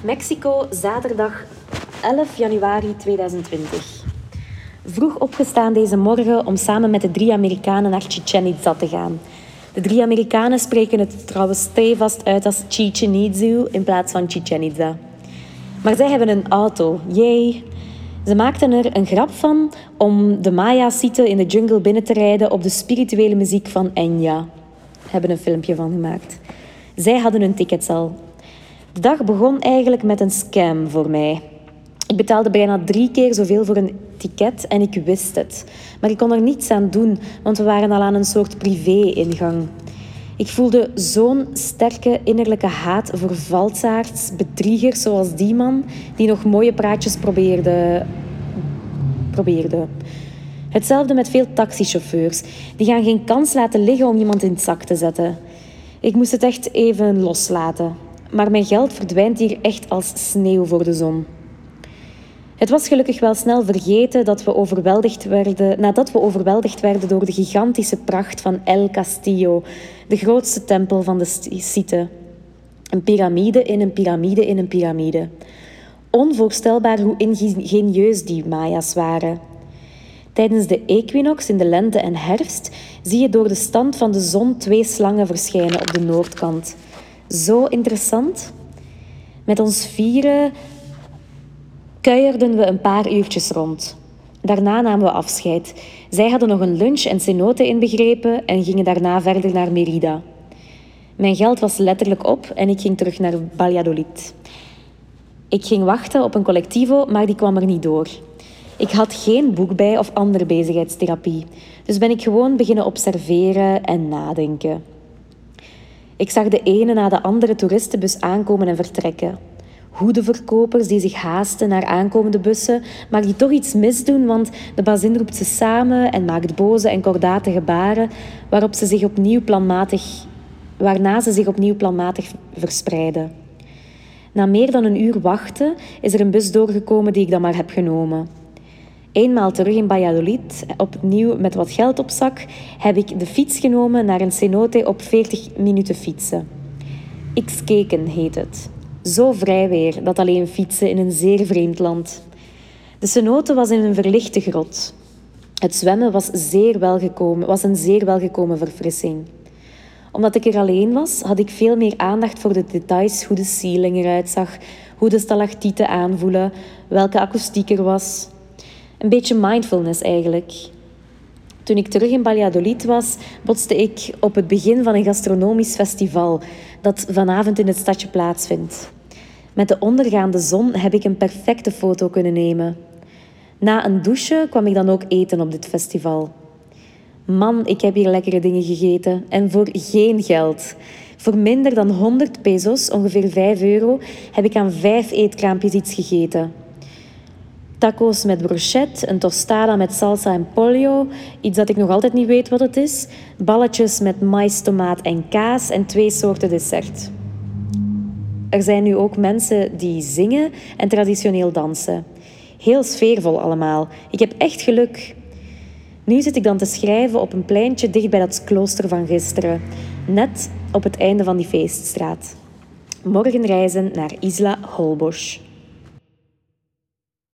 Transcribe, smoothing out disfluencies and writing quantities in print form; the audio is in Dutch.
Mexico, zaterdag 11 januari 2020. Vroeg opgestaan deze morgen om samen met de 3 Amerikanen naar Chichén Itzá te gaan. De 3 Amerikanen spreken het trouwens stevast uit als Chichen Itzu in plaats van Chichén Itzá. Maar zij hebben een auto, yay! Ze maakten er een grap van om de Maya-site in de jungle binnen te rijden op de spirituele muziek van Enya. Hebben een filmpje van gemaakt. Zij hadden hun tickets al. De dag begon eigenlijk met een scam voor mij. Ik betaalde bijna 3 keer zoveel voor een ticket en ik wist het. Maar ik kon er niets aan doen, want we waren al aan een soort privé-ingang. Ik voelde zo'n sterke innerlijke haat voor valsaards, bedriegers zoals die man die nog mooie praatjes probeerde. Hetzelfde met veel taxichauffeurs. Die gaan geen kans laten liggen om iemand in het zak te zetten. Ik moest het echt even loslaten. Maar mijn geld verdwijnt hier echt als sneeuw voor de zon. Het was gelukkig wel snel vergeten nadat we overweldigd werden door de gigantische pracht van El Castillo, de grootste tempel van de site. Een piramide in een piramide in een piramide. Onvoorstelbaar hoe ingenieus die Maya's waren. Tijdens de equinox in de lente en herfst zie je door de stand van de zon 2 slangen verschijnen op de noordkant. Zo interessant. Met ons 4 kuierden we een paar uurtjes rond. Daarna namen we afscheid. Zij hadden nog een lunch en cenote inbegrepen en gingen daarna verder naar Mérida. Mijn geld was letterlijk op en ik ging terug naar Valladolid. Ik ging wachten op een collectivo, maar die kwam er niet door. Ik had geen boek bij of andere bezigheidstherapie, dus ben ik gewoon beginnen observeren en nadenken. Ik zag de ene na de andere toeristenbus aankomen en vertrekken. Hoedenverkopers die zich haasten naar aankomende bussen, maar die toch iets misdoen, want de bazin roept ze samen en maakt boze en kordate gebaren, waarna ze zich opnieuw planmatig verspreiden. Na meer dan een uur wachten is er een bus doorgekomen die ik dan maar heb genomen. Eenmaal terug in Valladolid, opnieuw met wat geld op zak, heb ik de fiets genomen naar een cenote op 40 minuten fietsen. Xkeken heet het. Zo vrij weer, dat alleen fietsen in een zeer vreemd land. De cenote was in een verlichte grot. Het zwemmen was een zeer welgekomen verfrissing. Omdat ik er alleen was, had ik veel meer aandacht voor de details, hoe de ceiling eruit zag, hoe de stalactieten aanvoelen, welke akoestiek er was. Een beetje mindfulness eigenlijk. Toen ik terug in Valladolid was, botste ik op het begin van een gastronomisch festival dat vanavond in het stadje plaatsvindt. Met de ondergaande zon heb ik een perfecte foto kunnen nemen. Na een douche kwam ik dan ook eten op dit festival. Man, ik heb hier lekkere dingen gegeten en voor geen geld. Voor minder dan 100 pesos, ongeveer €5, heb ik aan 5 eetkraampjes iets gegeten. Tacos met brochette, een tostada met salsa en pollo, iets dat ik nog altijd niet weet wat het is, balletjes met mais, tomaat en kaas en 2 soorten dessert. Er zijn nu ook mensen die zingen en traditioneel dansen. Heel sfeervol allemaal. Ik heb echt geluk. Nu zit ik dan te schrijven op een pleintje dicht bij dat klooster van gisteren, net op het einde van die feeststraat. Morgen reizen naar Isla Holbox.